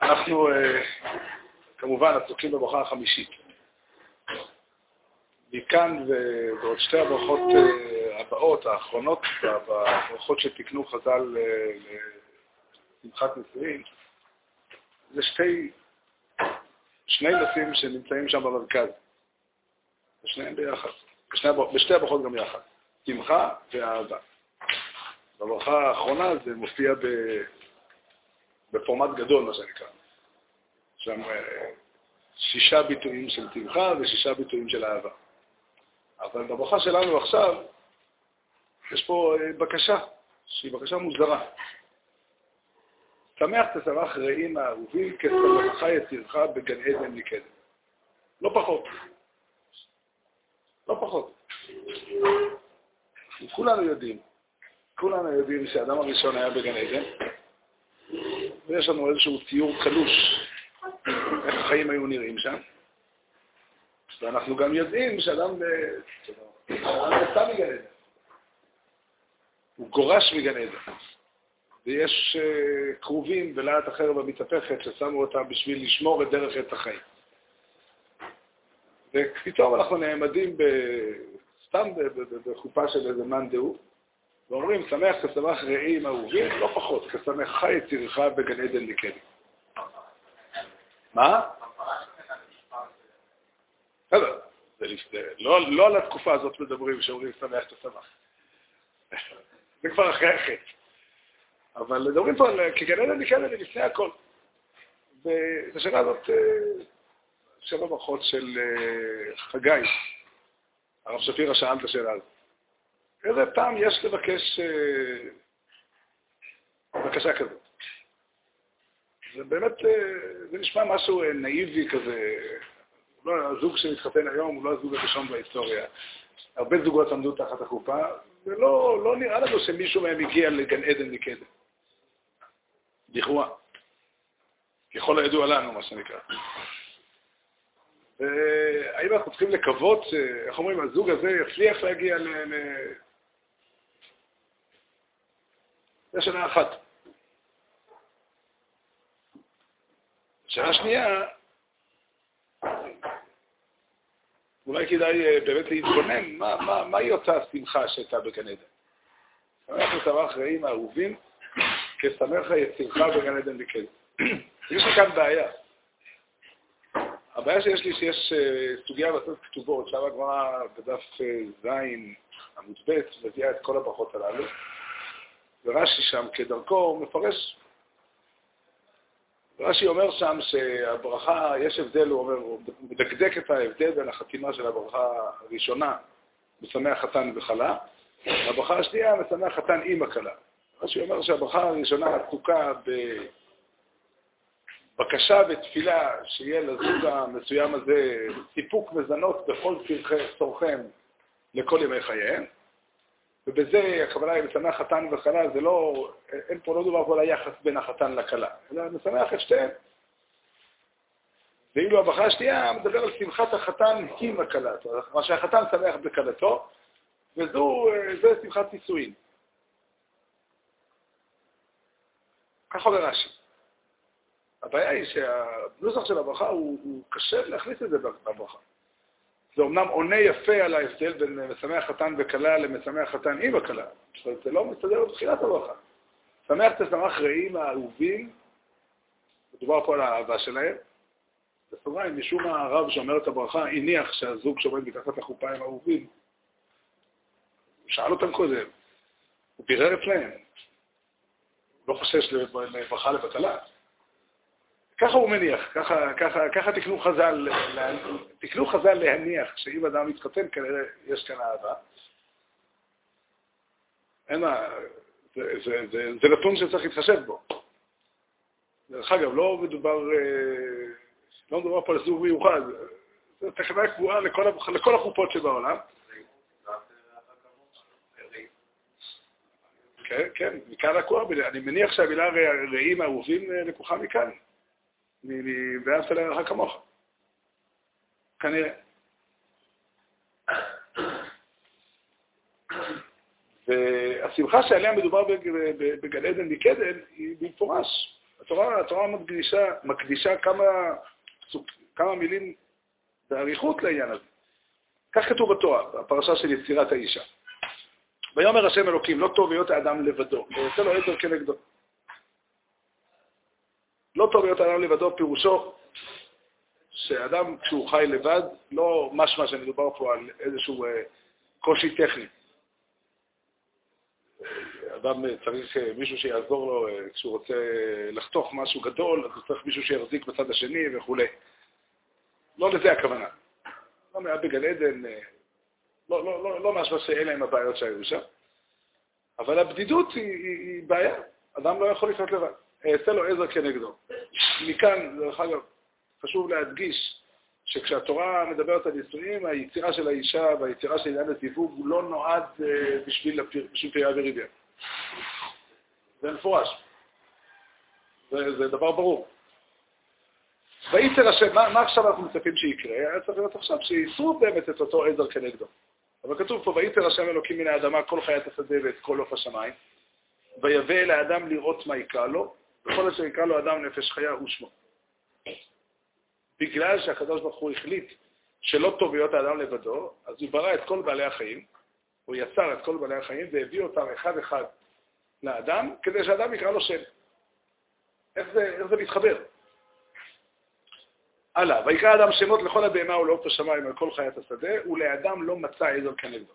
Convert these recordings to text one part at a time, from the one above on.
אנחנו כמובן עסוקים בברכה החמישית. מכאן ועוד שתי הברכות הבאות, האחרונות, בברכות שתקנו חז"ל לשמחת נישואין, זה שני נושאים שנמצאים שם במרכז. שניהם ביחד. בשתי הברכות גם יחד. שמחה ואהבה. בברכה האחרונה זה מופיע בפורמט גדול, מה שנקרא. שם 6 ביטויים של שמחה ו6 ביטויים של אהבה. אבל בברכה שלנו עכשיו, יש פה בקשה, שהיא בקשה מוזרה. שמח תשמח רעים האהובים, כשמחך יצירך בגן עדן מקדם. לא פחות. לא פחות. כולנו יודעים שהאדם הראשון היה בגן עדן, ויש לנו איזשהו ציור קלוש איך החיים היו נראים שם. ואנחנו גם יודעים שאדם יצא מגן עדן. הוא גורש מגן עדן. ויש קרובים בלהט אחר במתהפכת ששמו אותם בשביל לשמור את דרך את החיים. ופתאום אנחנו נעמדים סתם בחופה של איזה מאן דהוא, ואומרים, שמח כשמח רעים אהובים, לא פחות, כשמחך יצירך בגן עדן מקדם. מה? לא על התקופה הזאת מדברים שאומרים שמח כשמח. זה כבר אחרי החטא. אבל מדברים פה על כגן עדן מקדם לפני הכל. ובשנה הזאת 7 ברכות של חגי. הרב שפירא שאל את השאלה הזאת. איזה פעם יש לבקש בקשה כזאת? זה באמת, זה נשמע משהו נאיבי כזה. הזוג שמתחתן היום הוא לא הזוג הראשון בהיסטוריה. הרבה זוגות עמדו תחת החופה, ולא נראה לנו שמישהו מהם הגיע לגן עדן מקדם. לכאורה. ככל הידוע לנו, מה שנקרא. האם אנחנו צריכים לקוות, איך אומרים, הזוג הזה יצליח להגיע זה שנה אחת. שנה שנייה, אולי כדאי באמת להתבונן, מה היא אותה שמחה שהייתה בגן עדן? שמח ושמח רעים האהובים, כשמח יצירך בגן עדן מקדם. יש לי כאן בעיה. הבעיה שיש לי שיש סוגיה בסוף כתובות, שם הגמרא בדף זין עמוד ב' מביאה את כל הברכות הללו, ורש"י שם כדרכו מפרש. רש"י אומר שם שהברכה, יש הבדל, הוא אומר, הוא מדקדק את ההבדל בין החתימה של הברכה הראשונה, משמח חתן וכלה, והברכה השנייה משמח חתן עם הכלה. רש"י אומר שהברכה הראשונה עסוקה בבקשה ותפילה שיהיה לזוג המסוים הזה סיפוק מזונות בכל צורכם לכל ימי חייהם, ובזה הכוונה היא משמח חתן וכלה, זה לא, אין פה לא דובר פה על היחס בין החתן לכלה, אלא משמח את שתיהם. ואילו הברכה השנייה מדבר על שמחת החתן עם הכלה, מה שהחתן שמח בכלתו, וזה שמחת נישואין. כך אומר רש"י. הבעיה היא שהנוסח של הברכה הוא קשה להכניס את זה בברכה. זה אומנם עונה יפה על ההבדל בין משמח חתן וכלה למשמח חתן עם הכלה. זה לא מסתדר בתחילת הברכה. שמח תשמח רעים האהובים, מדובר פה על האהבה שלהם. בסוגריים, משום מה הרב שאומר את הברכה הניח שהזוג שעומד מתחת לחופה הם אהובים. הוא שאל אותם קודם, הוא בירר אצלהם. לא חושש לברכה לבטלה. ככה הוא מניח, ככה תקנו חז"ל להניח שאם אדם מתחתן כנראה יש כאן אהבה. אין מה, זה נתון שצריך להתחשב בו. דרך אגב, לא מדובר פה על זוג מיוחד, זו תכנה קבועה לכל החופות שבעולם. כן, מכאן לקוח, אני מניח שהמילה רעים אהובים לקוחה מכאן. ואהבת לרעך כמוך. כנראה. והשמחה שעליה מדובר בגן עדן מקדם היא במפורש התורה מקדישה כמה מילים באריכות לעניין הזה. כך כתוב בתורה, בפרשה של יצירת האישה. ויאמר השם אלוקים, לא טוב להיות האדם לבדו, ויוצא לו עזר כנגדו. לא טוב להיות האדם לבדו, פירושו שאדם כשהוא חי לבד, לא משמע שמדובר פה על איזשהו קושי טכני. אדם צריך מישהו שיעזור לו כשהוא רוצה לחתוך משהו גדול, אז הוא צריך מישהו שיחזיק בצד השני וכו'. לא לזה הכוונה. לא היה בגן עדן, לא משמע שאלה עם הבעיות שהיו שם. אבל הבדידות היא בעיה. אדם לא יכול לחיות לבד. אעשה לו עזר כנגדו. מכאן, דרך אגב, חשוב להדגיש שכשהתורה מדברת על נישואים, היצירה של האישה והיצירה של עניין הזיווג הוא לא נועד בשביל פרייה וריביה. זה מפורש. זה דבר ברור. ויצר השם, מה עכשיו אנחנו מצפים שיקרה? היה צריך להיות עכשיו שיסרו באמת את אותו עזר כנגדו. אבל כתוב פה, ויצר השם אלוקים מן האדמה כל חיית השדה ואת כל עוף השמיים, ויבא אל האדם לראות מה יקרא לו, בכל אשר יקרא לו אדם נפש חיה ושמו. בגלל שהקדוש ברוך הוא החליט שלא טוב להיות האדם לבדו, אז הוא ברא את כל בעלי החיים, הוא יצר את כל בעלי החיים והביא אותם אחד אחד לאדם, כדי שהאדם יקרא לו שם. איך זה מתחבר? הלאה, ויקרא אדם שמות לכל הבהמה ולעוף השמיים על כל חיית השדה, ולאדם לא מצא עזר כנגדו.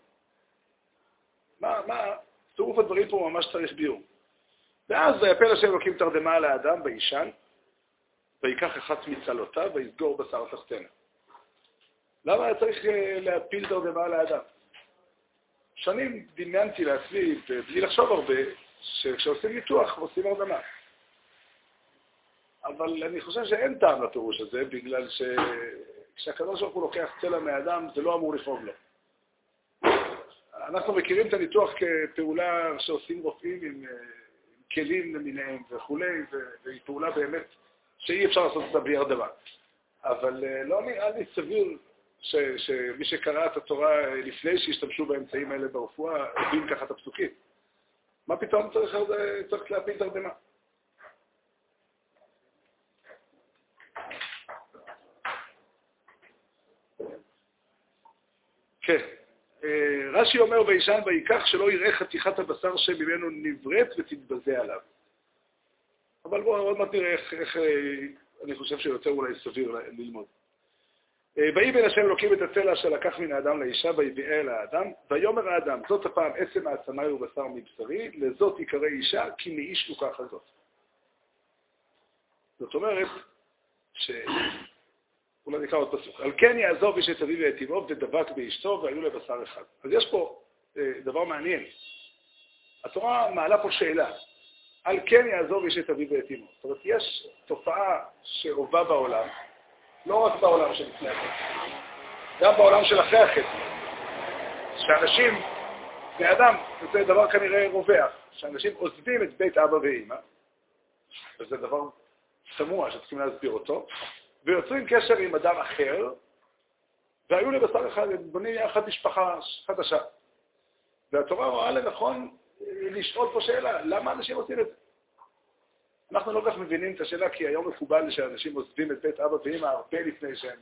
צירוף הדברים פה ממש צריך ביור. ואז ויפל השם אלוקים תרדמה על האדם וישן, ויקח אחת מצלותיו ויסגור בשר תחתנה. למה היה צריך להפיל תרדמה על האדם? שנים דמיינתי לעצמי, בלי לחשוב הרבה, שכשעושים ניתוח עושים הרדמה. אבל אני חושב שאין טעם לפירוש הזה, בגלל שכשהקדוש ברוך הוא לוקח צלע מהאדם, זה לא אמור לפעול לו. אנחנו מכירים את הניתוח כפעולה שעושים רופאים עם כלים למיניהם וכו', והיא פעולה באמת שאי אפשר לעשות אותה בלי הרדמה. אבל לא נראה לי סביר שמי שקרא את התורה לפני שהשתמשו באמצעים האלה ברפואה, הבין ככה את הפסוקים. מה פתאום צריך להפיל את הרדמה? כן. רש"י אומר וישן ויקח שלא יראה חתיכת הבשר שממנו נבראת ותתבזה עליו. אבל בואו עוד מעט נראה איך אני חושב שיותר אולי סביר ללמוד. ויהי בין השם אלוקים את הצלע שלקח מן האדם לאישה ויביאה אל האדם, ויאמר האדם, זאת הפעם עצם מעצמי ובשר מבשרי, לזאת יקרא אישה כי מאיש לוקח הזאת. זאת אומרת אולי נקרא עוד פסוק. על כן יעזוב איש את אביו ואת אמו ודבק באשתו והיו לבשר אחד. אז יש פה דבר מעניין. התורה מעלה פה שאלה. על כן יעזוב איש את אביו ואת אמו. זאת אומרת, יש תופעה שהובאה בעולם, לא רק בעולם של לפני החטא, גם בעולם של אחרי החטא. שאנשים, בני אדם, זה דבר כנראה רווח, שאנשים עוזבים את בית אבא ואמא, וזה דבר סמוע שצריכים להסביר אותו, ויוצרים קשר עם אדם אחר, והיו לבשר אחד, הם בונים יחד משפחה חדשה. והתורה רואה לנכון לשאול פה שאלה, למה אנשים עושים את זה? אנחנו לא כך מבינים את השאלה, כי היום מקובל שאנשים עוזבים את בית אבא ואמא הרבה לפני שהם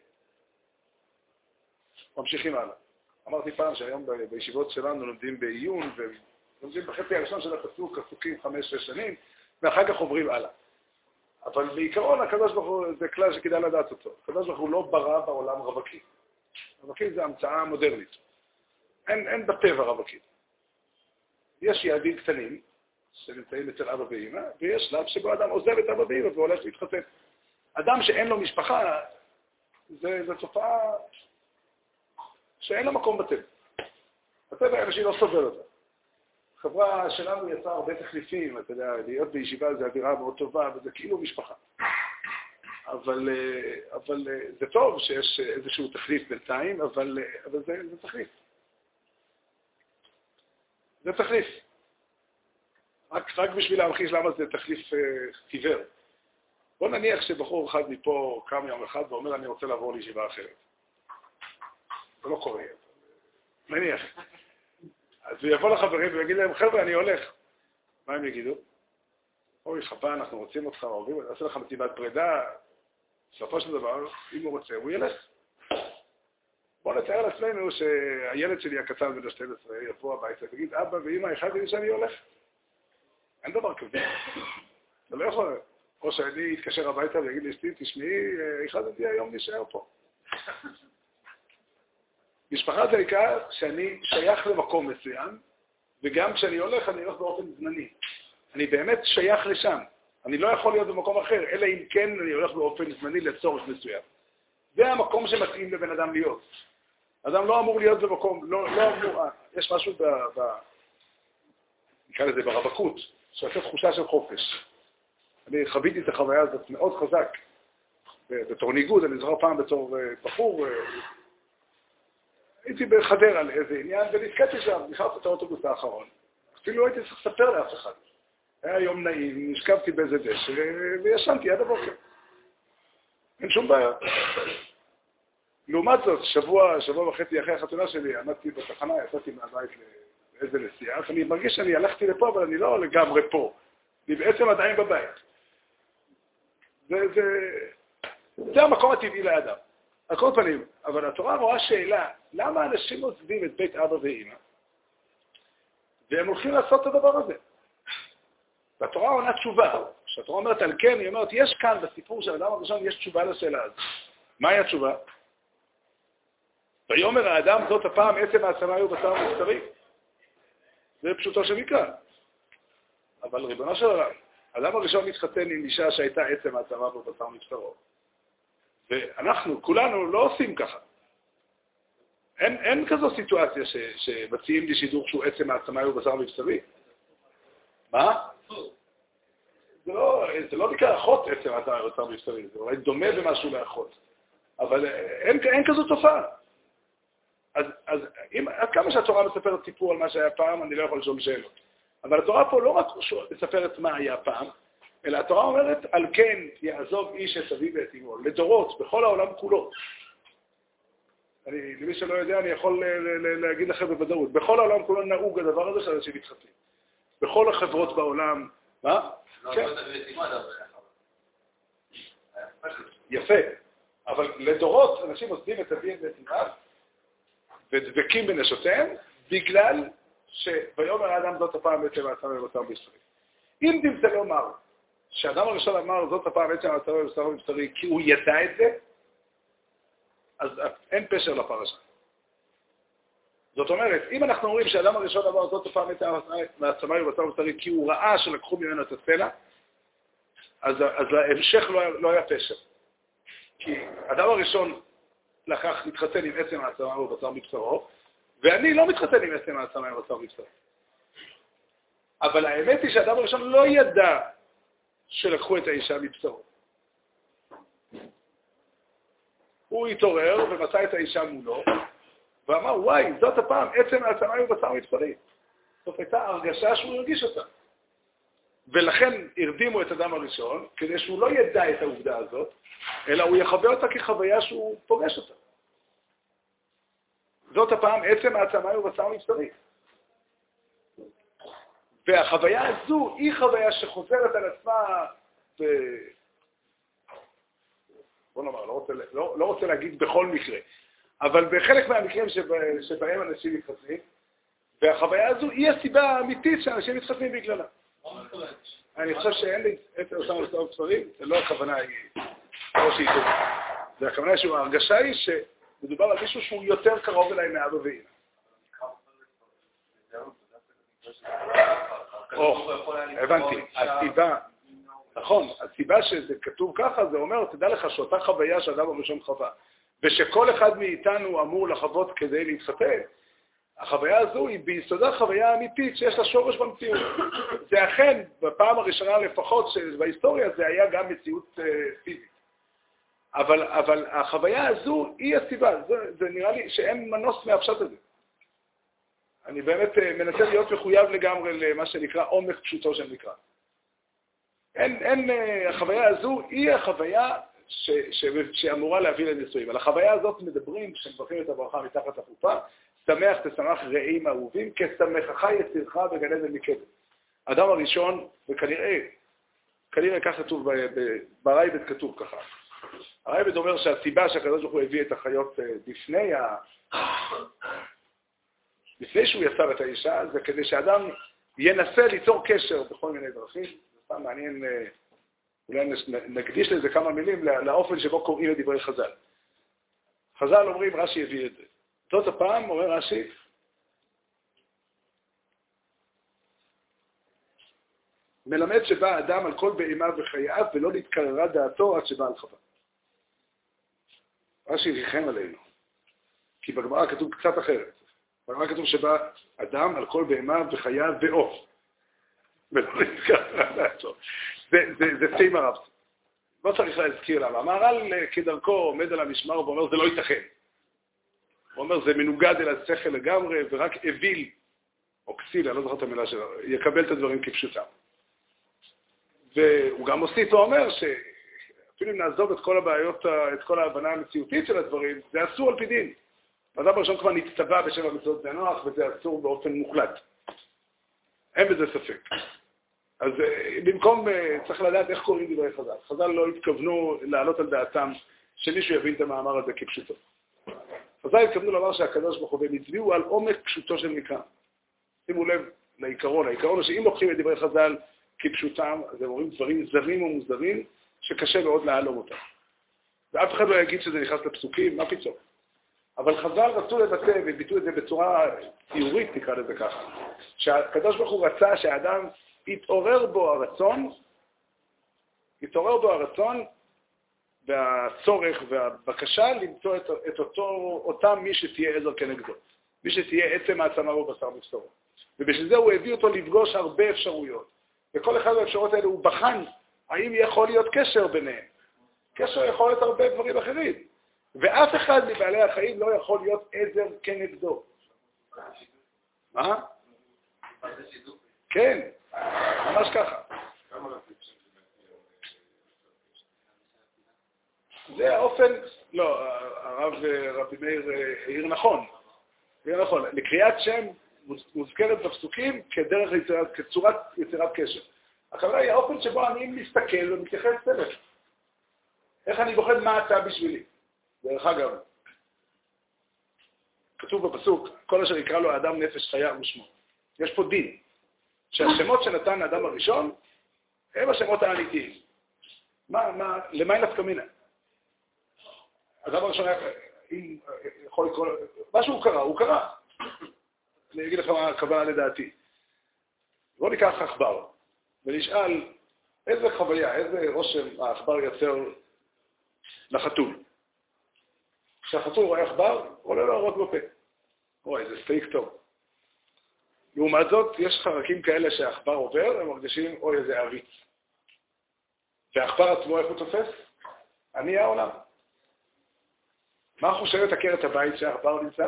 ממשיכים הלאה. אמרתי פעם שהיום בישיבות שלנו לומדים בעיון, ולומדים בחצי הראשון של הפסוק, פסוקים 5-6 שנים, ואחר כך עוברים הלאה. אבל בעיקרון הקדוש ברוך הוא זה כלל שכדאי לדעת אותו. הקדוש ברוך הוא לא ברא בעולם רווקים. רווקים זה המצאה מודרנית. אין בטבע רווקים. יש יעדים קטנים שנמצאים אצל אבא ואמא, ויש שלב שבו אדם עוזב את אבא ואמא והולך להתחתן. אדם שאין לו משפחה, זה תופעה שאין לה מקום בטבע. הטבע האנושי לא סובל אותה. החברה שלנו יצאה הרבה תחליפים, אתה יודע, להיות בישיבה זה אווירה מאוד טובה, וזה כאילו משפחה. אבל זה טוב שיש איזשהו תחליף בינתיים, אבל זה תחליף. זה תחליף. רק בשביל להמחיש למה זה תחליף טיבר. בוא נניח שבחור אחד מפה קם יום אחד ואומר, אני רוצה לעבור לישיבה אחרת. זה לא קורה. נניח. אז הוא יבוא לחברים ויגיד להם, חבר'ה, אני הולך. מה הם יגידו? אוי, חפה, אנחנו רוצים אותך, אוהבים, נעשה לך מסיבת פרידה, בסופו של דבר, אם הוא רוצה, הוא ילך. בואו נתאר לעצמנו שהילד שלי הקטן בן ה-12 יבוא הביתה ויגיד, אבא ואמא, אחד לי שאני הולך. אין דבר כזה. אתה לא יכול. או שאני אתקשר הביתה ויגיד לאשתי, תשמעי, החלטתי היום להישאר פה. משפחה זה נקרא שאני שייך למקום מסוים, וגם כשאני הולך, אני הולך באופן זמני. אני באמת שייך לשם. אני לא יכול להיות במקום אחר, אלא אם כן אני הולך באופן זמני לצורך מסוים. זה המקום שמתאים לבן אדם להיות. אדם לא אמור להיות במקום, לא אמור, יש משהו נקרא לזה ברווקות, שעושה תחושה של חופש. אני חוויתי את החוויה הזאת מאוד חזק. בתור ניגוד, אני זוכר פעם בתור בחור, הייתי בחדרה על איזה עניין, ונתקעתי שם, נכנסתי את האוטובוס האחרון. אפילו הייתי צריך לספר לאף אחד. היה יום נעים, נשכבתי באיזה דשא, וישנתי עד הבוקר. אין שום בעיה. לעומת זאת, שבוע וחצי אחרי החתונה שלי, עמדתי בתחנה, יצאתי מהבית לאיזה נסיעה, אני מרגיש שאני הלכתי לפה, אבל אני לא לגמרי פה. אני בעצם עדיין בבית. זה המקום הטבעי לאדם. על כל פנים, אבל התורה רואה שאלה, למה אנשים עוזבים את בית אבא ואמא, והם הולכים לעשות את הדבר הזה? והתורה עונה תשובה. כשהתורה אומרת על כן, היא אומרת, יש כאן בסיפור של האדם הראשון, יש תשובה לשאלה הזאת. מהי התשובה? ויאמר האדם, זאת הפעם עצם העצמה הוא בשר מבשרי. זה פשוטו של מקרא. אבל ריבונו של עולם, האדם הראשון מתחתן עם אישה שהייתה עצם העצמה ובשר מבשרו. ואנחנו, כולנו, לא עושים ככה. אין כזו סיטואציה שמציעים לי שידור שהוא עצם העצמה ובשר מבשרי. מה? זה לא נקרא אחות עצם העצמה ובשר מבשרי, זה אולי דומה במשהו לאחות. אבל אין כזו תופעה. אז כמה שהתורה מספרת סיפור על מה שהיה פעם, אני לא יכול לשאול שאלות. אבל התורה פה לא רק מספרת מה היה פעם, אלא התורה אומרת, על כן יעזוב איש את אביו ואת אמו, לדורות, בכל העולם כולו. למי שלא יודע, אני יכול להגיד לכם בוודאות, בכל העולם כולו נהוג הדבר הזה של אנשים מתחתנים. בכל החברות בעולם, מה? כן. יפה. אבל לדורות אנשים עוזבים את אביו ואת אמו, ודבקים בנשותיהם, בגלל שביום האדם זאת הפעם עצם העצמה ובשר מבשרי. אם תמצא לומר שהאדם הראשון אמר זאת הפעם עצם העצמה ובשר מבשרי כי הוא ידע את זה, אז אין פשר לפרשה. זאת אומרת, אם אנחנו אומרים שהאדם הראשון אמר זאת הפעם עצם העצמה ובשר מבשרי כי הוא ראה שלקחו ממנו את הסלע, אז להמשך לא היה פשר. כי האדם הראשון מתחתן עם עצם העצמה ובשר מבשרו, ואני לא מתחתן עם עצם העצמה ובשר מבשרו. אבל האמת היא שהאדם הראשון לא ידע שלקחו את האישה מבשרו. הוא התעורר ומצא את האישה מולו, ואמר, וואי, זאת הפעם עצם העצמה ובשר מבשרי. זאת הייתה הרגשה שהוא הרגיש אותה. ולכן הרדימו את האדם הראשון, כדי שהוא לא ידע את העובדה הזאת, אלא הוא יחווה אותה כחוויה שהוא פוגש אותה. זאת הפעם עצם העצמה ובשר מבשרי. והחוויה הזו היא חוויה שחוזרת על עצמה, בוא נאמר, לא רוצה להגיד בכל מקרה, אבל בחלק מהמקרים שבהם אנשים מתחתנים, והחוויה הזו היא הסיבה האמיתית שאנשים מתחתנים בגללה. אני חושב שאין לי את אותם מסתובב בספרים, זה לא הכוונה היא, לא שהיא טוב. זה הכוונה שההרגשה היא שמדובר על מישהו שהוא יותר קרוב אליי מאבא ואמא. הבנתי, הסיבה, נכון, הסיבה שזה כתוב ככה, זה אומר, תדע לך שאותה חוויה שאדם הראשון חווה, ושכל אחד מאיתנו אמור לחוות כדי להתחתן, החוויה הזו היא ביסודה חוויה אמיתית שיש לה שורש במציאות. זה אכן, בפעם הראשונה לפחות בהיסטוריה, זה היה גם מציאות פיזית. אבל החוויה הזו היא הסיבה, זה נראה לי שאין מנוס מהפשט הזה. אני באמת מנסה להיות מחויב לגמרי למה שנקרא עומק פשוטו של מקרא. החוויה הזו היא החוויה שאמורה להביא לנישואים. על החוויה הזאת מדברים כשמברכים את הברכה מתחת החופה, שמח תשמח רעים אהובים, כשמחך יצירך בגן עדן מקדם. האדם הראשון, וכנראה כנראה כך כתוב, ברייבד כתוב ככה. הרייבד אומר שהסיבה שהקדוש ברוך הוא הביא את החיות לפני שהוא יצר את האישה, זה כדי שאדם ינסה ליצור קשר בכל מיני דרכים. זה פעם מעניין, אולי נקדיש לזה כמה מילים, לאופן שבו קוראים את דברי חז"ל. חז"ל אומרים, רש"י הביא את זה. זאת הפעם, אומר רש"י, מלמד שבא אדם על כל בהמה וחייו ולא נתקררה דעתו עד שבא על חווה. רש"י ריחם עלינו, כי בגמרא כתוב קצת אחרת. בגמרא כתוב שבא אדם על כל בהמה וחייו ועוף. ולא נתקררה דעתו. זה סיימה רב. לא צריך להזכיר למה. המהר"ל כדרכו עומד על המשמר ואומר זה לא ייתכן. הוא אומר זה מנוגד אל השכל לגמרי ורק אוויל, או כסיל, אני לא זוכר את המילה שלו, יקבל את הדברים כפשוטם. והוא גם מוסיף ואומר שאפילו אם נעזוב את כל הבעיות, את כל ההבנה המציאותית של הדברים, זה אסור על פי דין. האדם הראשון כבר נצטווה בשבע מצוות בני נוח, וזה אסור באופן מוחלט. אין בזה ספק. אז במקום, צריך לדעת איך קוראים דברי חז"ל. חז"ל לא התכוונו לעלות על דעתם שמישהו יבין את המאמר הזה כפשוטו. חז"ל התכוונו לומר שהקדוש ברוך הוא הצביעו על עומק פשוטו של מקרא. שימו לב לעיקרון. העיקרון הוא שאם לוקחים את דברי חז"ל כפשוטם, אז הם אומרים דברים זרים ומוזרים שקשה מאוד להעלום אותם. ואף אחד לא יגיד שזה נכנס לפסוקים, מה פתאום. אבל חז"ל רצו לבטא וביטאו את זה בצורה ציורית, נקרא לזה ככה. שהקדוש ברוך הוא רצה שהאדם יתעורר בו הרצון והצורך והבקשה למצוא את אותם מי שתהיה עזר כנגדו. מי שתהיה עצם העצמה ובשר מבשרו. ובשביל זה הוא הביא אותו לפגוש הרבה אפשרויות. וכל אחד מהאפשרויות האלה הוא בחן האם יכול להיות קשר ביניהם. קשר יכול להיות הרבה דברים אחרים. ואף אחד מבעלי החיים לא יכול להיות עזר כנגדו. מה? כן, ממש ככה. זה האופן, לא, הרב רבי מאיר העיר נכון. לקריאת שם מוזכרת בפסוקים כצורת יצירת קשר. הכוונה היא האופן שבו אני מסתכל ומתייחס אליך. איך אני בוחן מה אתה בשבילי. דרך אגב, כתוב בפסוק, כל אשר יקרא לו האדם נפש חיה ושמו. יש פה דין, שהשמות שנתן האדם הראשון, הם השמות האמיתיים. למה אין נפקא מינה? האדם הראשון יכול לקרוא, מה שהוא קרא, הוא קרא. אני אגיד לך מה הכוונה לדעתי. בוא ניקח עכבר, ונשאל איזה חוויה, איזה רושם העכבר יצר לחתול. כשהחתול רואה עכבר, עולה לו הרוג בפה. אוי, זה סטייק טוב. לעומת זאת, יש חרקים כאלה שהעכבר עובר, הם מרגישים, אוי, איזה עריץ. והעכבר עצמו, איך הוא תופס? אני העולם. מה חושבת עקרת הבית שהעכבר נמצא?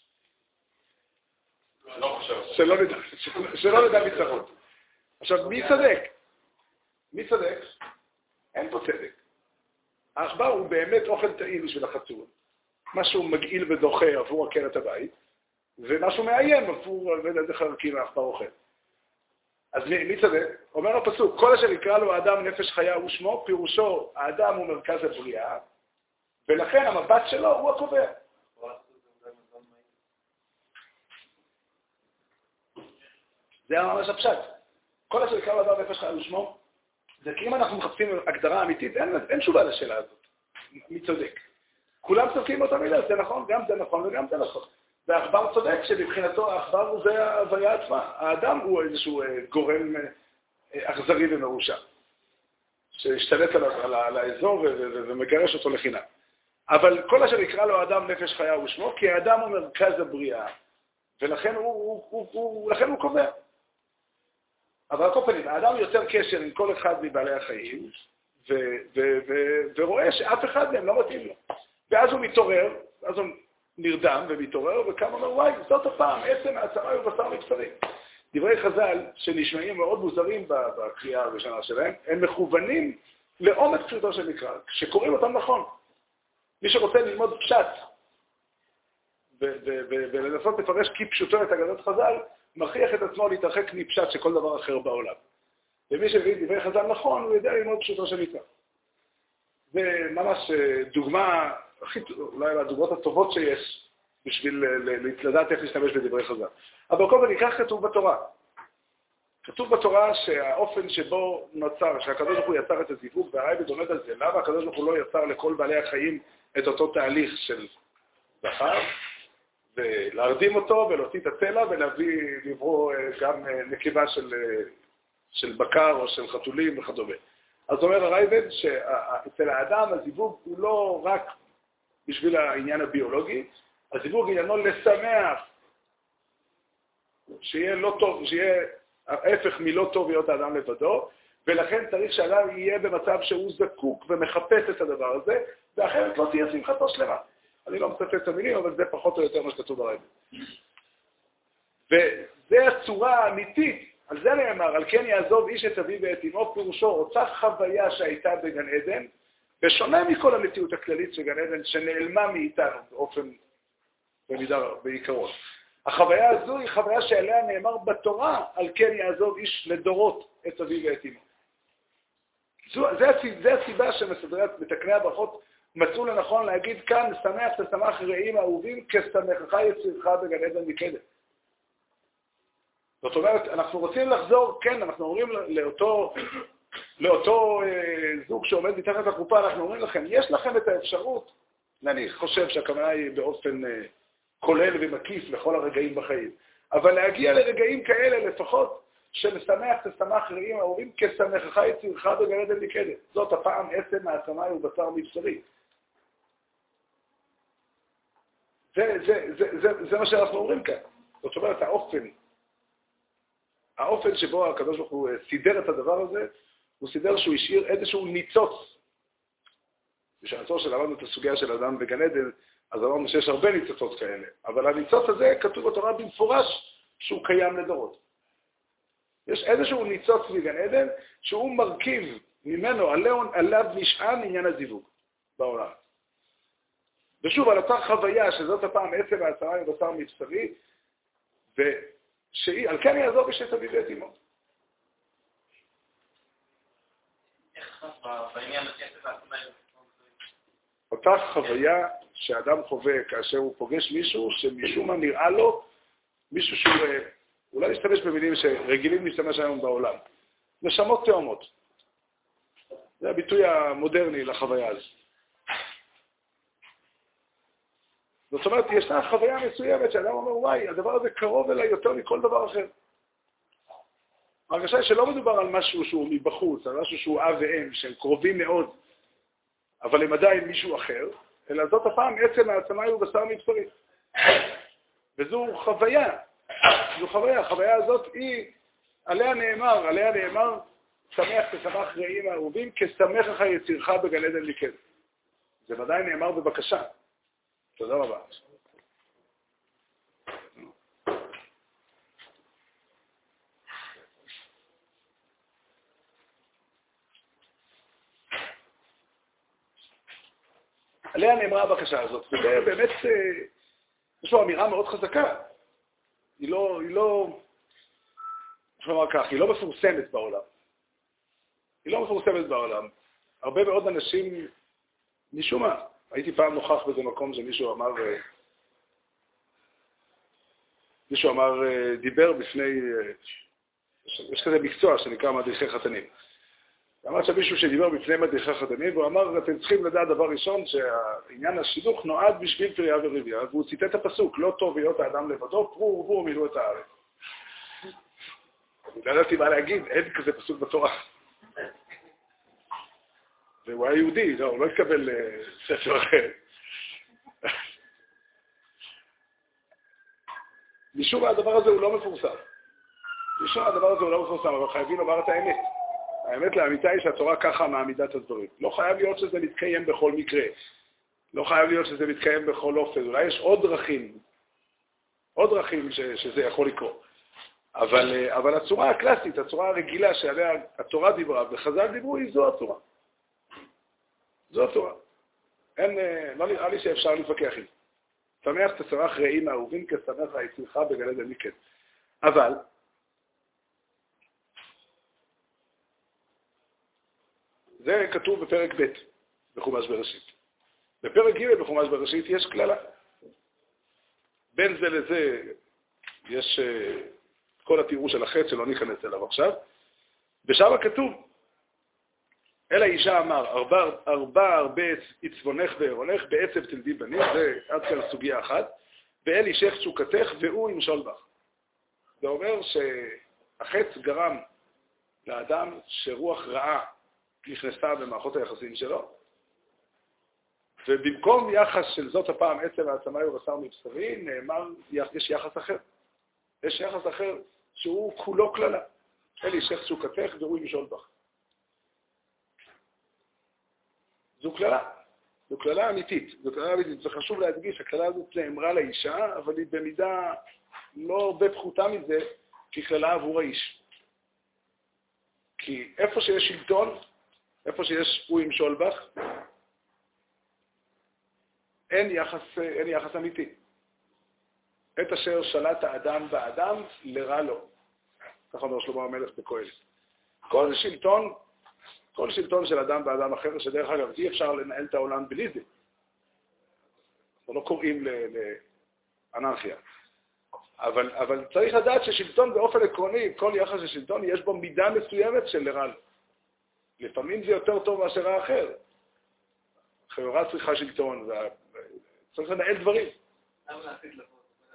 שלא נדע מצרות. עכשיו, מי צדק? מי צדק? אין פה צדק. העכבר הוא באמת אוכל טעים בשביל החתול. משהו מגעיל ודוחה עבור עקרת הבית, ומשהו מאיים עבור איזה חרקים העכבר אוכל. אז מי צדק? אומר הפסוק, כל אשר יקרא לו האדם נפש חיה ושמו, פירושו האדם הוא מרכז הבריאה, ולכן המבט שלו הוא הקובע. זה ממש הפשט. כל אשר יקרא לו האדם נפש חיה ושמו, זה כי אם אנחנו מחפשים הגדרה אמיתית, אין תשובה לשאלה הזאת. מי צודק? כולם צודקים באותה מידה, זה נכון, גם זה נכון וגם זה נכון. והעכבר צודק שמבחינתו העכבר זה ההוויה עצמה. האדם הוא איזשהו גורם אכזרי ומרושע, שהשתלט על האזור ומגרש אותו לחינם. אבל כל אשר יקרא לו האדם נפש חיה ושמו, כי האדם הוא מרכז הבריאה, ולכן הוא קובע. אבל על כל פנים, האדם יוצר קשר עם כל אחד מבעלי החיים, ורואה שאף אחד מהם לא מתאים לו. ואז הוא מתעורר, אז הוא נרדם ומתעורר, וכמה אומר, וואי, זאת הפעם, עצם העצמה ובשר מבשרי. דברי חז"ל, שנשמעים מאוד מוזרים בקריאה הראשונה שלהם, הם מכוונים לעומק פשוטו של מקרא, שקוראים אותם נכון. מי שרוצה ללמוד פשט, ולנסות לפרש כי פשוטו את אגדות חז"ל, מכריח את עצמו להתרחק מפשט שכל דבר אחר בעולם. ומי שהבין דברי חז"ל נכון, הוא יודע ללמוד פשוטו של מקרא. זה ממש דוגמה, אולי מהדוגמאות הטובות שיש, בשביל לדעת איך להשתמש בדברי חז"ל. אבל בכל זאת ניקח כתוב בתורה. כתוב בתורה שהאופן שבו נוצר, שהקדוש ברוך הוא יצר את הזיווג, והרייבד עומד על זה, למה הקדוש ברוך הוא לא יצר לכל בעלי החיים את אותו תהליך של זכר, ולהרדים אותו ולהוציא את הצלע ולברוא גם נקבה של בקר או של חתולים וכדומה. אז אומר הרייבד שאצל האדם הזיווג הוא לא רק בשביל העניין הביולוגי, הזיווג עניינו לשמח, שיהיה לא טוב, שיהיה ההפך מלא טוב להיות האדם לבדו, ולכן צריך שהאדם יהיה במצב שהוא זקוק ומחפש את הדבר הזה, ואחרת לא תהיה שמחתו שלמה. אני לא מצטט את המילים, אבל זה פחות או יותר מה שכתוב ברייבד. וזה הצורה האמיתית, על זה נאמר, על כן יעזוב איש את אביו ואת אמו, פירושו אותה חוויה שהייתה בגן עדן, בשונה מכל המציאות הכללית של גן עדן, שנעלמה מאיתנו באופן, בעיקרון. החוויה הזו היא חוויה שעליה נאמר בתורה, על כן יעזוב איש לדורות את אביו ואת אמו. זה הסיבה שמתקני הברכות מצאו לנכון להגיד כאן, שמח תשמח רעים אהובים, כשמחך יצירך בגן עדן מקדם. זאת אומרת, אנחנו רוצים לחזור, כן, אנחנו אומרים לאותו זוג שעומד מתחת לקופה, אנחנו אומרים לכם, יש לכם את האפשרות, אני חושב שהכוונה היא באופן כולל ומקיף לכל הרגעים בחיים, אבל להגיע לרגעים כאלה לפחות, שמשמח תשמח רעים אהובים, כשמחך יצירך בגן עדן מקדם. זאת הפעם עצם מהשמיים ובשר מבשרי. זה מה שאנחנו אומרים כאן. זאת אומרת, האופן שבו הקדוש ברוך הוא סידר את הדבר הזה, הוא סידר שהוא השאיר איזשהו ניצוץ. בשעתו שלמדנו את הסוגיה של אדם בגן עדן, אז אמרנו שיש הרבה ניצוצות כאלה. אבל הניצוץ הזה כתוב בתורה במפורש שהוא קיים לדורות. יש איזשהו ניצוץ מגן עדן שהוא מרכיב ממנו, עליו נשען עניין הזיווג בעולם. ושוב, על אותה חוויה שזאת הפעם עצם והשמיים ובשר מבשרי, על כן יעזוב איש את אביו ואת אמו. אותה חוויה שאדם חווה כאשר הוא פוגש מישהו שמשום מה נראה לו, מישהו שהוא, אולי להשתמש במילים שרגילים להשתמש היום בעולם. נשמות תאומות. זה הביטוי המודרני לחוויה הזאת. זאת אומרת, ישנה חוויה מסוימת שאדם אומר, וואי, הדבר הזה קרוב אליי יותר מכל דבר אחר. ההרגשה היא שלא מדובר על משהו שהוא מבחוץ, על משהו שהוא אב ואם, שהם קרובים מאוד, אבל הם עדיין מישהו אחר, אלא זאת הפעם עצם העצמי ובשר מבשרי. וזו חוויה. החוויה הזאת היא, עליה נאמר, שמח תשמח רעים אהובים, כשמחך יצירך בגן עדן מקדם. זה ודאי נאמר בבקשה. תודה רבה. עליה נאמרה הבקשה הזאת, וזה באמת, יש לו אמירה מאוד חזקה. היא לא מפורסמת בעולם. הרבה מאוד אנשים, משום מה, הייתי פעם נוכח בזה מקום שמישהו אמר, דיבר בפני, יש כזה מקצוע שנקרא מדריכי חתנים. אמר שמישהו שדיבר בפני מדריכי חתנים, והוא אמר, אתם צריכים לדעת דבר ראשון, שהעניין השידוך נועד בשביל פריה ורבייה, והוא ציטט את הפסוק, לא טוב להיות האדם לבדו, פרו ורבו ומילאו את הארץ. לא ידעתי מה להגיד, אין כזה פסוק בתורה. והוא היה יהודי, לא, הוא לא התקבל ספר אחר. משום הדבר הזה הוא לא מפורסם. אבל חייבים לומר את האמת. האמת לאמיתה היא שהתורה ככה מעמידה את הדברים. לא חייב להיות שזה מתקיים בכל מקרה. לא חייב להיות שזה מתקיים בכל אופן. אולי יש עוד דרכים שזה יכול לקרות. אבל הצורה הקלאסית, הצורה הרגילה שעליה התורה דיברה וחז"ל דיברו, היא זו הצורה. זו התורה. לא נראה לי שאפשר להתווכח עם. שמח תשמח רעים אהובים כשמח יצירך בגן עדן מקדם. אבל זה כתוב בפרק ב' בחומש בראשית. בפרק ג' בחומש בראשית יש כללה. בין זה לזה יש כל התיאור של החטא שלא ניכנס אליו עכשיו. ושם כתוב, אל האישה אמר, ארבע יצבונך ועירונך, בעצב תלדי בנים, זה עד כאן סוגיה אחת, ואל אישך תשוקתך והוא ימשול בך. זה אומר שהחטא גרם לאדם שרוח רעה נכנסה במערכות היחסים שלו, ובמקום יחס של זאת הפעם עצם העצמי ובשר מבשרי, נאמר, יש יחס אחר. יש יחס אחר שהוא כולו כללה. אל אישך תשוקתך והוא ימשול בך. זו כללה. זו כללה אמיתית. זו כללה אמיתית. זה חשוב להדגיש, הכללה הזאת נאמרה לאישה, אבל היא במידה לא הרבה פחותה מזה, כי כללה עבור האיש. כי איפה שיש שלטון, איפה שיש הוא ימשול בך, אין יחס אמיתי. את אשר שלט האדם באדם, לרע לו. כך אומר שלמה המלך בקהלת. כל שלטון של אדם באדם אחר, שדרך אגב אי אפשר לנהל את העולם בלי זה. אנחנו לא קוראים לאנרכיה. אבל צריך לדעת ששלטון באופן עקרוני, כל יחס לשלטון, יש בו מידה מסוימת של לרע לו. לפעמים זה יותר טוב מאשר רע אחר. חברה צריכה שלטון, צריך לנהל דברים. למה לעתיד לבוא?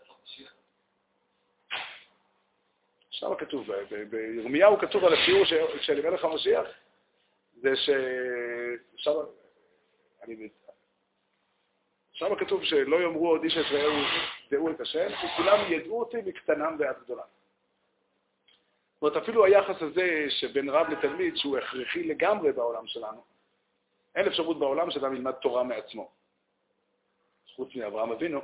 שם כתוב, בירמיהו כתוב על השיעור של מלך המשיח, זה שם כתוב שלא יאמרו עוד איש את רעהו דעו את השם, וכולם ידעו אותי מקטנם ועד גדולה. זאת אומרת, אפילו היחס הזה שבין רב לתלמיד, שהוא הכרחי לגמרי בעולם שלנו, אין אפשרות בעולם שאדם ילמד תורה מעצמו. חוץ מאברהם אבינו,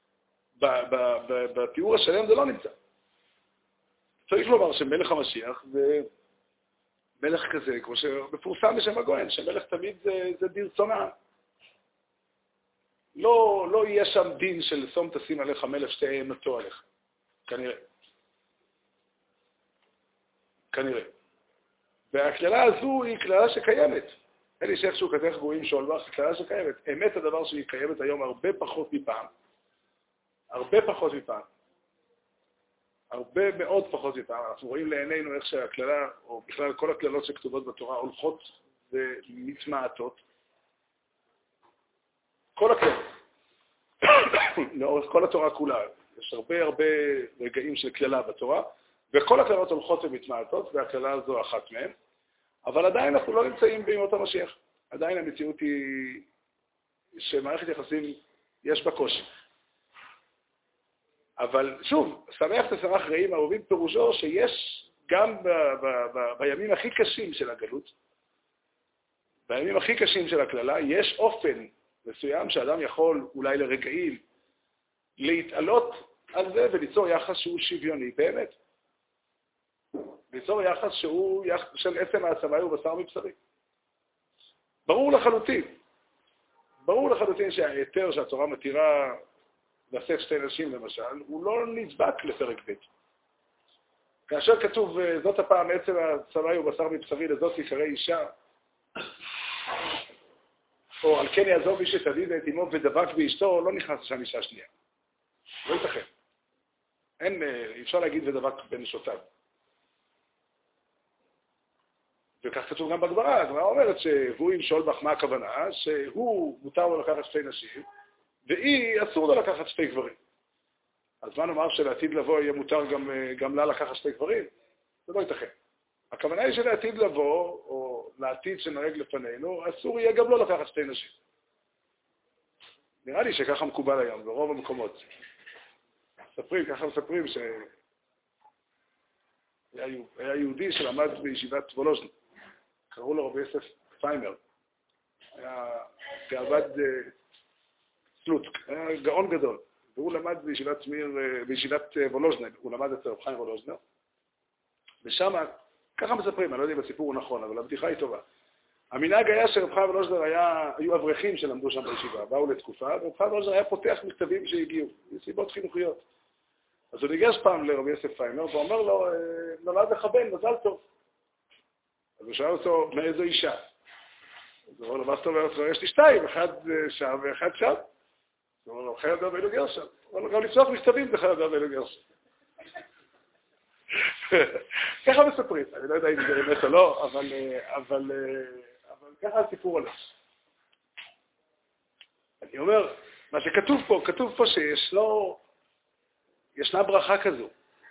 בתיאור השלם זה לא נמצא. צריך לומר שמלך המשיח זה מלך כזה, כמו שמפורסם בשם הגויין, שמלך תמיד זה דיר צונן. לא יהיה שם דין של שום תשים עליך מלך שתי אימתו עליך. כנראה. והכללה הזו היא כללה שקיימת. אל אישך תשוקתך והוא ימשול בך, היא כללה שקיימת. אמת הדבר שהיא קיימת היום הרבה פחות מפעם. הרבה פחות מפעם. הרבה מאוד פחות מפעם. אנחנו רואים לעינינו איך שהכללה, או בכלל כל הכללות שכתובות בתורה, הולכות ומתמעטות. כל הכללות. לאורך כל התורה כולה. יש הרבה רגעים של כללה בתורה, וכל הכללות הולכות ומתמעטות, והכללה הזו אחת מהן. אבל עדיין אנחנו לא נמצאים בימות המשיח. עדיין המציאות היא שמערכת יחסים יש בה קושי. אבל שוב, שמח תשמח רעים אהובים פירושו שיש גם בימים הכי קשים של הגלות, בימים הכי קשים של הכללה, יש אופן מסוים שאדם יכול אולי לרגעים להתעלות על זה וליצור יחס שהוא שוויוני באמת. ליצור יחס שהוא של עצם העצמי ובשר מבשרי. ברור לחלוטין שההיתר שהתורה מתירה לשאת שתי נשים למשל, הוא לא נצבק לפרק ב'. כאשר כתוב, זאת הפעם עצם העצמי ובשר מבשרי לזאת יקרא אישה, או על כן יעזוב איש את אביו ואת אמו ודבק באשתו, לא נכנס לשם אישה שנייה. לא ייתכן. אפשר להגיד ודבק בנשותיו. וכך כתוב גם בגמרא, הגמרא אומרת שהוא ימשול בך, מה הכוונה? שהוא מותר לו לקחת שתי נשים, והיא אסור לו לקחת שתי גברים. אז מה נאמר שלעתיד לבוא יהיה מותר גם לה לקחת שתי גברים? זה לא ייתכן. הכוונה היא שלעתיד לבוא, או לעתיד שנוהג לפנינו, אסור יהיה גם לא לקחת שתי נשים. נראה לי שככה מקובל היום, ברוב המקומות. ככה מספרים היה יהודי שלמד בישיבת וולוז'ין. קראו לו רבי יוסף פיימר. היה גאוות סלוטק, היה גאון גדול. והוא למד בישיבת וולוז'נה, הוא למד אצל רב חיים וולוז'נר. ושם, ככה מספרים, אני לא יודע אם הסיפור הוא נכון, אבל הבדיחה היא טובה. המנהג היה שרב חיים וולוז'נר היו אברכים שלמדו שם בישיבה, באו לתקופה, ורב חיים וולוז'נר היה פותח מכתבים שהגיעו, מסיבות חינוכיות. אז הוא ניגש פעם לרבי יוסף פיימר, ואומר לו, נולד לך בן, מזל טוב. אז הוא שאל אותו, מאיזו אישה? אז הוא אומר לו, מה זאת אומרת? יש לי שתיים, אחד שם ואחד שם. הוא אומר לו, חי אדם ואלו גרשם. הוא אומר לו, גם לפתוח מכתבים זה חי אדם ואלו גרשם. ככה מספרים, אני לא יודע אם זה אמת או לא, אבל ככה הסיפור עליו. אני אומר, מה שכתוב פה, כתוב פה ישנה ברכה כזו.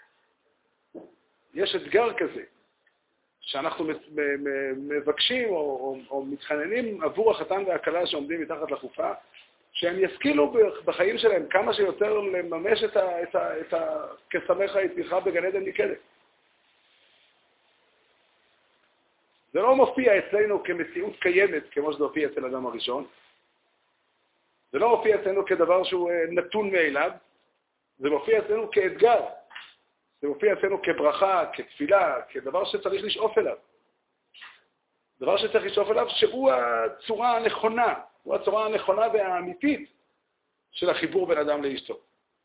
יש אתגר כזה, שאנחנו מבקשים או מתחננים עבור החתן והכלה שעומדים מתחת לחופה, שהם ישכילו בחיים שלהם כמה שיותר לממש את כשמך יתברך בגן עדן מקדם. זה לא מופיע אצלנו כמציאות קיימת, כמו שזה מופיע אצל אדם הראשון. זה לא מופיע אצלנו כדבר שהוא נתון מאליו. זה מופיע אצלנו כאתגר. זה מופיע אצלנו כברכה, כתפילה, כדבר שצריך לשאוף אליו. דבר שצריך לשאוף אליו שהוא הצורה הנכונה, הוא הצורה הנכונה והאמיתית של החיבור בין אדם לאשתו.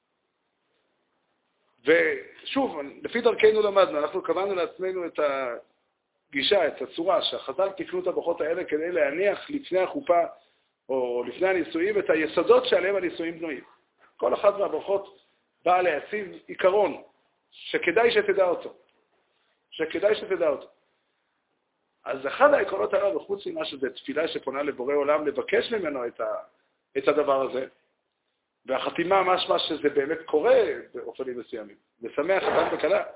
ושוב, לפי דרכנו למדנו, אנחנו קבענו לעצמנו את הגישה, את הצורה, שהחז"ל תיקנו את הברכות האלה כדי להניח לפני החופה או לפני הנישואים את היסודות שעליהם הנישואים בנויים. כל אחת מהברכות באה להציב עיקרון שכדאי שתדע אותו. שכדאי שתדע אותו. אז אחד העקרונות עליו, וחוץ ממה שזה תפילה שפונה לבורא עולם, לבקש ממנו את הדבר הזה, והחתימה משמע שזה באמת קורה באופנים מסוימים. לשמח חתן וכלה.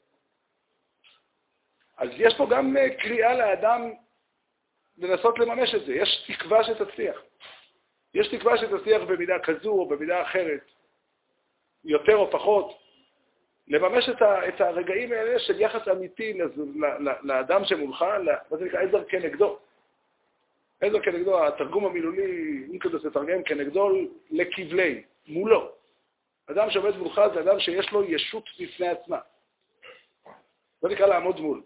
אז יש פה גם קריאה לאדם לנסות לממש את זה. יש תקווה שתצליח. יש תקווה שתצליח במידה כזו או במידה אחרת, יותר או פחות, לממש את הרגעים האלה של יחס אמיתי לאדם שמולך, מה זה נקרא עזר כנגדו. עזר כנגדו, התרגום המילולי, אם כזה תתרגם כנגדו לכבלי, מולו. אדם שעומד מולך זה אדם שיש לו ישות בפני עצמה. זה נקרא לעמוד מול.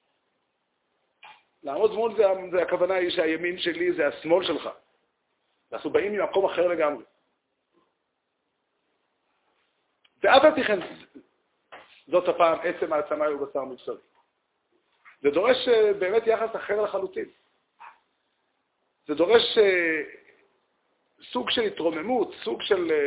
לעמוד מול זה הכוונה היא שהימין שלי זה השמאל שלך. אנחנו באים ממקום אחר לגמרי. ואף על פי כן, זאת הפעם עצם העצמה ובשר מבשרי. זה דורש באמת יחס אחר לחלוטין. זה דורש סוג של התרוממות, סוג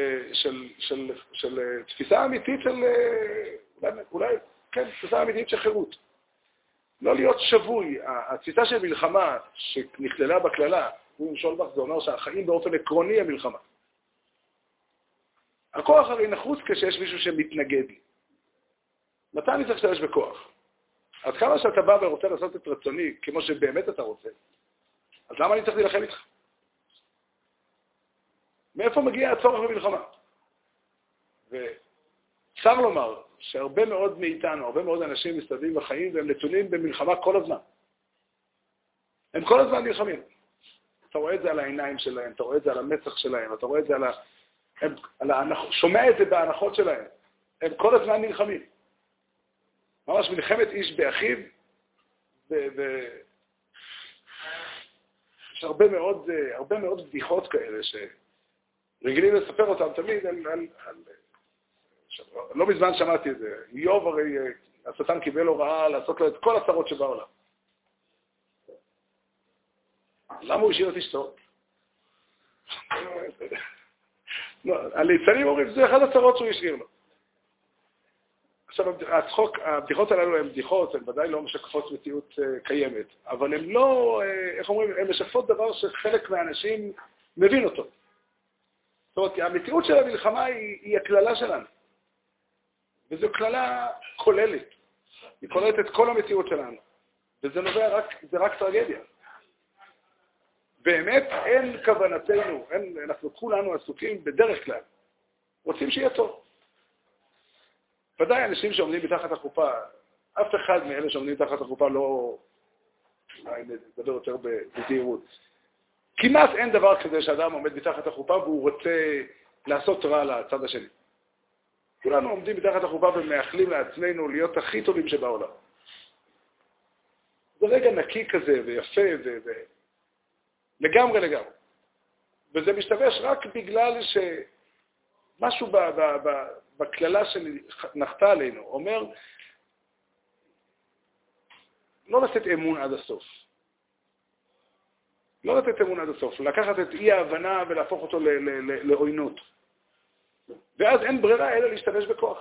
של תפיסה אמיתית של, אולי, כן, תפיסה אמיתית של חירות. לא להיות שבוי. התפיסה של מלחמה שנכללה בכללה, הוא שולבך, זה אומר שהחיים באופן עקרוני הם מלחמה. הכוח הרי נחוץ כשיש מישהו שמתנגד לי. מתי אני צריך להשתמש בכוח? אז כמה שאתה בא ורוצה לעשות את רצוני כמו שבאמת אתה רוצה, אז למה אני צריך להילחם איתך? מאיפה מגיע הצורך במלחמה? וצר לומר שהרבה מאוד מאיתנו, הרבה מאוד אנשים מסתובבים בחיים והם נתונים במלחמה כל הזמן. הם כל הזמן נלחמים. אתה רואה את זה על העיניים שלהם, אתה רואה את זה על המצח שלהם, אתה רואה את זה שומע את זה בהנחות שלהם. הם כל הזמן נלחמים. ממש מלחמת איש באחיו, יש הרבה מאוד בדיחות כאלה שרגילים לספר אותם תמיד לא מזמן שמעתי את זה. איוב הרי השטן קיבל הוראה לעשות לו את כל הצרות שבעולם. למה הוא השאיר את אשתו? הליצנים אומרים, זה אחד הצרות שהוא השאיר לו. עכשיו, הבדיחות הללו הן בדיחות, הן ודאי לא משקפות מציאות קיימת, אבל הן לא, איך אומרים, הן משקפות דבר שחלק מהאנשים מבין אותו. זאת אומרת, המציאות של המלחמה היא הכללה שלנו. וזו כללה כוללת. היא כוללת את כל המציאות שלנו. וזה נובע זה רק טרגדיה. באמת אין כוונתנו, אנחנו כולנו עסוקים בדרך כלל. רוצים שיהיה טוב. ודאי אנשים שעומדים מתחת החופה, אף אחד מאלה שעומדים מתחת החופה לא, אולי נדבר יותר בזהירות. כמעט אין דבר כזה שאדם עומד מתחת החופה והוא רוצה לעשות רע לצד השני. כולנו עומדים מתחת החופה ומאחלים לעצמנו להיות הכי טובים שבעולם. זה רגע נקי כזה ויפה לגמרי. וזה משתבש רק בגלל שמשהו בכללה שנחתה עלינו אומר לא לשאת אמון עד הסוף. לא לתת אמון עד הסוף, לקחת את אי ההבנה ולהפוך אותו לעוינות. ואז אין ברירה אלא להשתמש בכוח.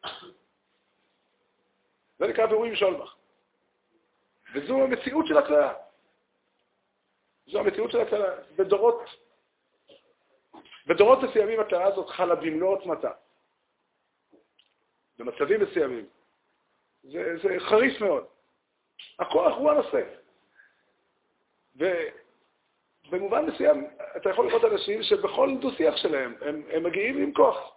זה נקרא בירורים שולבך. וזו המציאות של הכללה. זו המציאות של הכללה. בדורות מסוימים הכללה הזאת חלה במלוא עוצמתה. במצבים מסוימים. זה חריף מאוד. הכוח הוא הנושא. ובמובן מסוים אתה יכול לראות אנשים שבכל דו-שיח שלהם הם מגיעים עם כוח.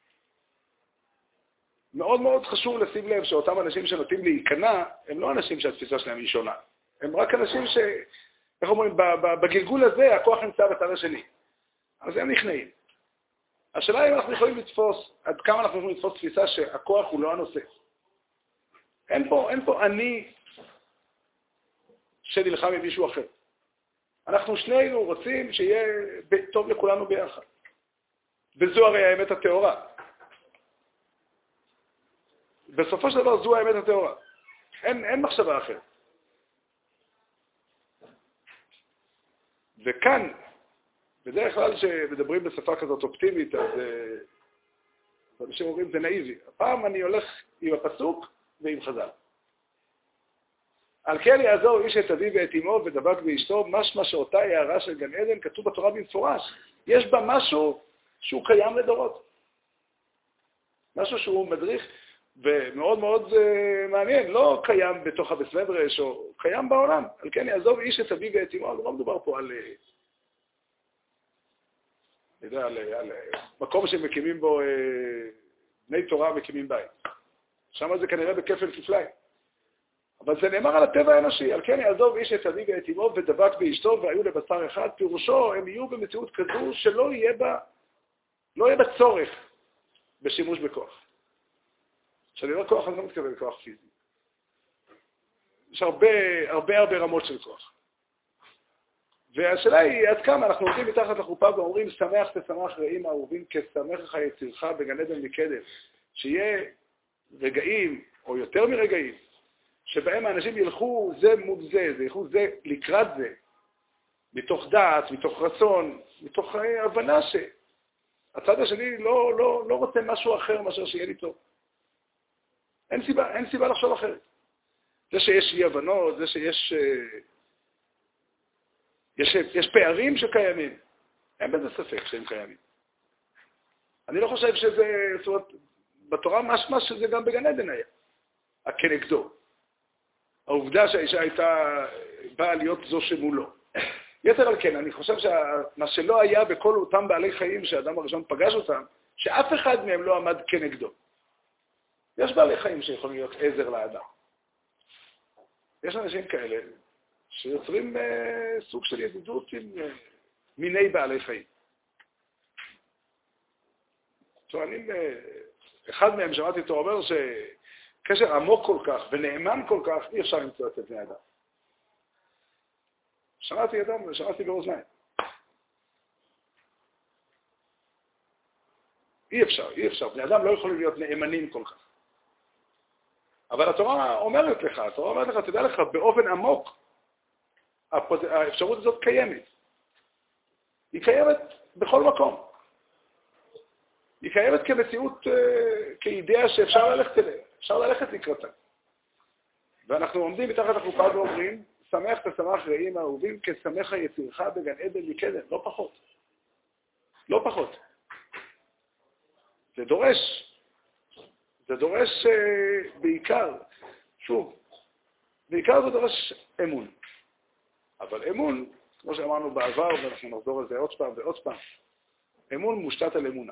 מאוד מאוד חשוב לשים לב שאותם אנשים שנוטים להיכנע, הם לא אנשים שהתפיסה שלהם היא שונה. הם רק אנשים איך אומרים, בגלגול הזה הכוח נמצא בצד השני. אז הם נכנעים. השאלה אם אנחנו יכולים לתפוס, עד כמה אנחנו יכולים לתפוס תפיסה שהכוח הוא לא הנושא. אין פה אני שנלחם עם מישהו אחר. אנחנו שנינו רוצים שיהיה טוב לכולנו ביחד. וזו הרי האמת התיאורה. בסופו של דבר זו האמת התיאורה. אין מחשבה אחרת. וכאן, בדרך כלל שמדברים בשפה כזאת אופטימית, אז אנשים אומרים זה נאיבי. הפעם אני הולך עם הפסוק ועם חז"ל. על כן יעזור איש את אביו ואת אמו ודבק באשתו, משמע שאותה הערה של גן עדן כתוב בתורה במפורש. יש בה משהו שהוא קיים לדורות. משהו שהוא מדריך ומאוד מאוד מעניין. לא קיים בתוך הבסמדרש או קיים בעולם. על כן יעזור איש את אביו ואת אמו. לא מדובר פה על מקום שמקימים בו בני תורה מקימים בית. שם זה כנראה בכפל כפליים. אבל זה נאמר על הטבע האנושי, על כן יעזוב איש את אביו ואת אמו ודבק באשתו והיו לבשר אחד, פירושו הם יהיו במציאות כזו שלא יהיה בה צורך בשימוש בכוח. כשאני אומר כוח, אני לא מתכוון לכוח פיזי. יש הרבה רמות של כוח. והשאלה היא עד כמה אנחנו עומדים מתחת לחופה ואומרים שמח תשמח רעים אהובים כשמח יצירך בגן עדן מקדם, שיהיה רגעים או יותר מרגעים שבהם האנשים ילכו זה מול זה, ילכו זה לקראת זה, מתוך דעת, מתוך רצון, מתוך הבנה שהצד השני לא רוצה משהו אחר מאשר שיהיה לי טוב. אין סיבה לחשוב אחרת. זה שיש אי הבנות, זה שיש יש פערים שקיימים, אין בזה ספק שהם קיימים. אני לא חושב שזה, זאת אומרת, בתורה משמע שזה גם בגן עדן היה, כנגדו. העובדה שהאישה הייתה באה להיות זו שמולו. יתר על כן, אני חושב שמה שלא היה בכל אותם בעלי חיים שהאדם הראשון פגש אותם, שאף אחד מהם לא עמד כנגדו. יש בעלי חיים שיכולים להיות עזר לאדם. יש אנשים כאלה שיוצרים סוג של ידידות עם מיני בעלי חיים. טוענים, אחד מהם שמעתי אותו אומר שקשר עמוק כל כך ונאמן כל כך אי אפשר למצוא את בני אדם. שמעתי אדם ושמעתי באוזניים. אי אפשר. בני אדם לא יכולים להיות נאמנים כל כך. אבל התורה אומרת לך, תדע לך, באופן עמוק, האפשרות הזאת קיימת. היא קיימת בכל מקום. היא קיימת כמציאות, כאידאה שאפשר ללכת אליה, אפשר ללכת לקראתה. ואנחנו עומדים מתחת לחופה ואומרים, שמח תשמח רעים אהובים כשמח יצירך בגן עדן מקדם, לא פחות. לא פחות. זה דורש בעיקר, בעיקר זה דורש אמון. אבל אמון, כמו שאמרנו בעבר, ואנחנו נחזור על זה עוד פעם ועוד פעם, אמון מושתת על אמונה.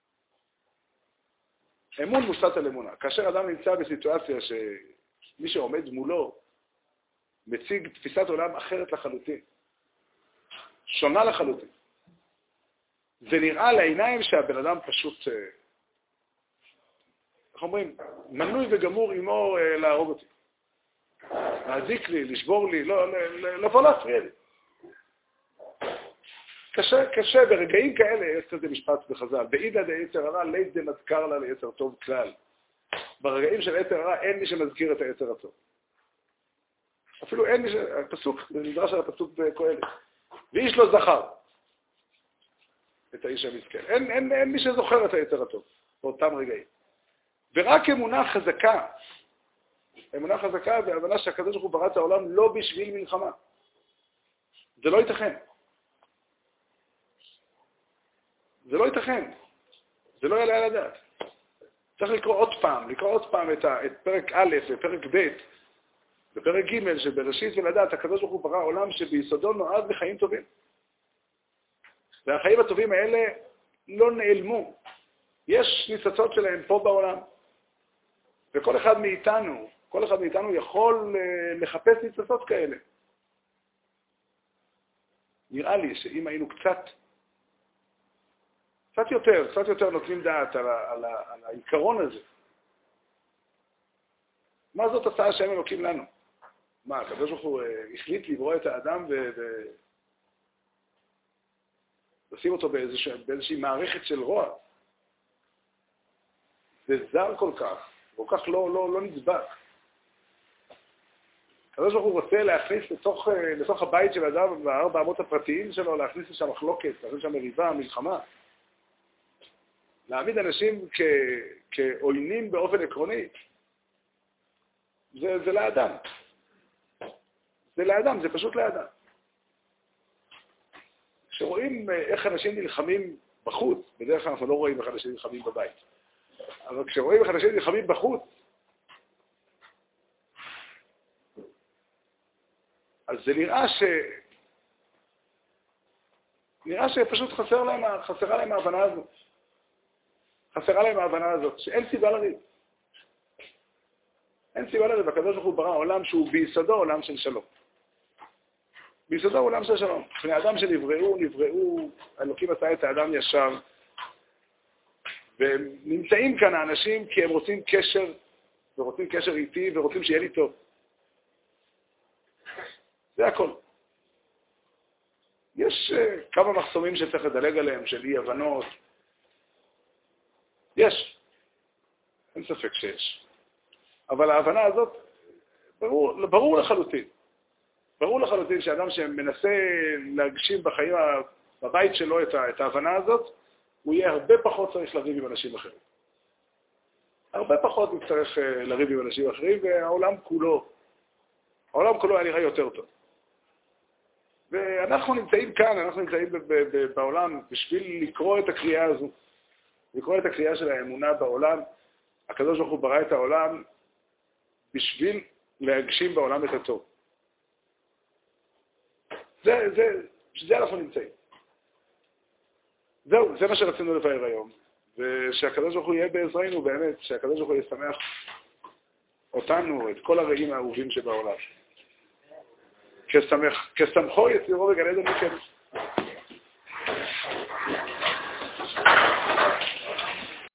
אמון מושתת על אמונה. כאשר אדם נמצא בסיטואציה שמי שעומד מולו מציג תפיסת עולם אחרת לחלוטין, שונה לחלוטין, זה נראה לעיניים שהבן אדם פשוט, איך אומרים, מנוי וגמור עמו להרוג אותי. להזיק לי, לשבור לי, לא להפריע לי. קשה, ברגעים כאלה יש כזה משפט בחז"ל, בעידא דעצר הרע, לית דמזכר לה ליצר טוב כלל. ברגעים של עצר הרע אין מי שמזכיר את היצר הטוב. אפילו אין מי הפסוק, זה נדרש על הפסוק בקהלת. ואיש לא זכר את האיש המסכן. אין מי שזוכר את היצר הטוב באותם רגעים. ורק אמונה חזקה והבנה שהקדוש ברוך הוא ברא את העולם לא בשביל מלחמה. זה לא ייתכן. זה לא ייתכן. זה לא יעלה על הדעת. צריך לקרוא עוד פעם את פרק א' ופרק ב' ופרק ג' שבראשית ולדעת הקדוש ברוך הוא ברא עולם שביסודו נועד לחיים טובים. והחיים הטובים האלה לא נעלמו. יש ניצוצות שלהם פה בעולם. וכל אחד מאיתנו יכול לחפש ניצוצות כאלה. נראה לי שאם היינו קצת יותר נותנים דעת על העיקרון הזה. מה זאת הצעה שהם אלוקים לנו? מה, הקדוש ברוך הוא החליט לברוא את האדם ולשים אותו באיזושהי מערכת של רוע. זה זר כל כך לא נדבק. הקדוש ברוך הוא רוצה להכניס לתוך הבית של האדם, בארבע אמות הפרטיים שלו, להכניס לשם מחלוקת, להכניס לשם מריבה, מלחמה. להעמיד אנשים כעוינים באופן עקרוני. זה לאדם. זה פשוט לאדם. כשרואים איך אנשים נלחמים בחוץ, בדרך כלל אנחנו לא רואים איך אנשים נלחמים בבית. אבל כשרואים איך אנשים נלחמים בחוץ, אז זה נראה שפשוט חסרה להם ההבנה הזאת. חסרה להם ההבנה הזאת, שאין סיבה לריב. אין סיבה לריב. הקדוש ברוך הוא ברא עולם שהוא ביסודו עולם של שלום. ביסודו עולם של שלום. בני אדם שנבראו, האלוקים עשה את האדם ישר, והם נמצאים כאן האנשים כי הם רוצים קשר, ורוצים קשר איתי, ורוצים שיהיה לי טוב. זה הכל. יש כמה מחסומים שצריך לדלג עליהם, של אי הבנות. יש. אין ספק שיש. אבל ההבנה הזאת, ברור לחלוטין. ברור לחלוטין שאדם שמנסה להגשים בחיים, בבית שלו את ההבנה הזאת, הוא יהיה הרבה פחות צריך לריב עם אנשים אחרים. הרבה פחות נצטרך לריב עם אנשים אחרים, והעולם כולו היה נראה יותר טוב. ואנחנו נמצאים כאן, אנחנו נמצאים בעולם בשביל לקרוא את הקריאה הזו, לקרוא את הקריאה של האמונה בעולם. הקדוש ברוך הוא ברא את העולם בשביל להגשים בעולם את הטוב. זה אנחנו נמצאים. זהו, זה מה שרצינו לבאר היום. ושהקדוש ברוך הוא יהיה בעזרנו באמת, שהקדוש ברוך הוא ישמח אותנו, את כל הרעים האהובים שבעולם. כששמחו יצירו בגן עדן מקדש.